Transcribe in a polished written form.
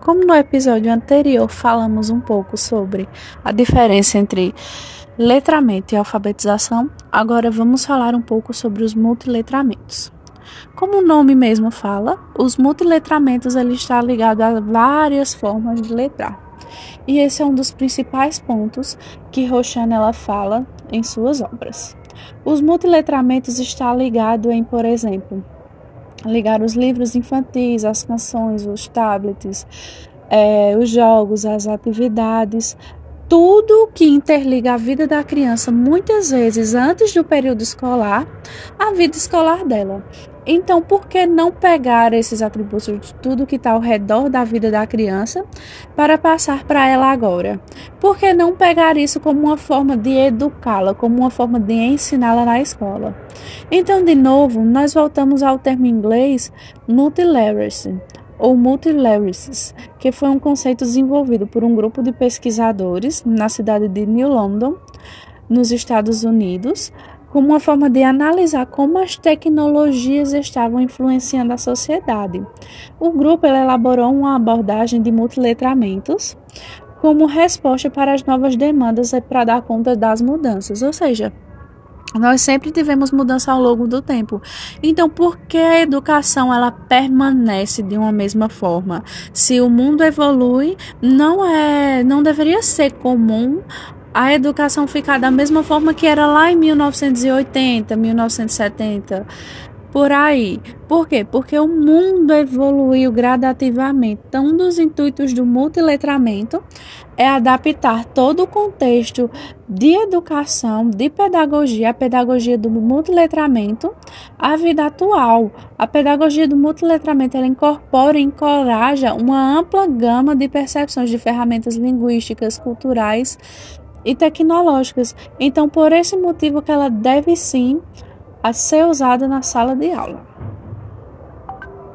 Como no episódio anterior falamos um pouco sobre a diferença entre letramento e alfabetização, agora vamos falar um pouco sobre os multiletramentos. Como o nome mesmo fala, os multiletramentos ele está ligado a várias formas de letrar. E esse é um dos principais pontos que Roxana ela fala em suas obras. Os multiletramentos está ligado em, por exemplo, ligar os livros infantis, as canções, os tablets, os jogos, as atividades, tudo que interliga a vida da criança, muitas vezes antes do período escolar, a vida escolar dela. Então, por que não pegar esses atributos de tudo que está ao redor da vida da criança para passar para ela agora? Por que não pegar isso como uma forma de educá-la, como uma forma de ensiná-la na escola? Então, de novo, nós voltamos ao termo em inglês multiliteracy ou multiliteracies, que foi um conceito desenvolvido por um grupo de pesquisadores na cidade de New London, nos Estados Unidos, como uma forma de analisar como as tecnologias estavam influenciando a sociedade. O grupo elaborou uma abordagem de multiletramentos como resposta para as novas demandas e para dar conta das mudanças, ou seja, nós sempre tivemos mudança ao longo do tempo. Então, por que a educação ela permanece de uma mesma forma? Se o mundo evolui, não deveria ser comum a educação ficar da mesma forma que era lá em 1980, 1970, por aí. Por quê? Porque o mundo evoluiu gradativamente. Então, um dos intuitos do multiletramento é adaptar todo o contexto de educação, de pedagogia, a pedagogia do multiletramento à vida atual. A pedagogia do multiletramento ela incorpora e encoraja uma ampla gama de percepções de ferramentas linguísticas, culturais e tecnológicas. Então, por esse motivo que ela deve sim a ser usada na sala de aula.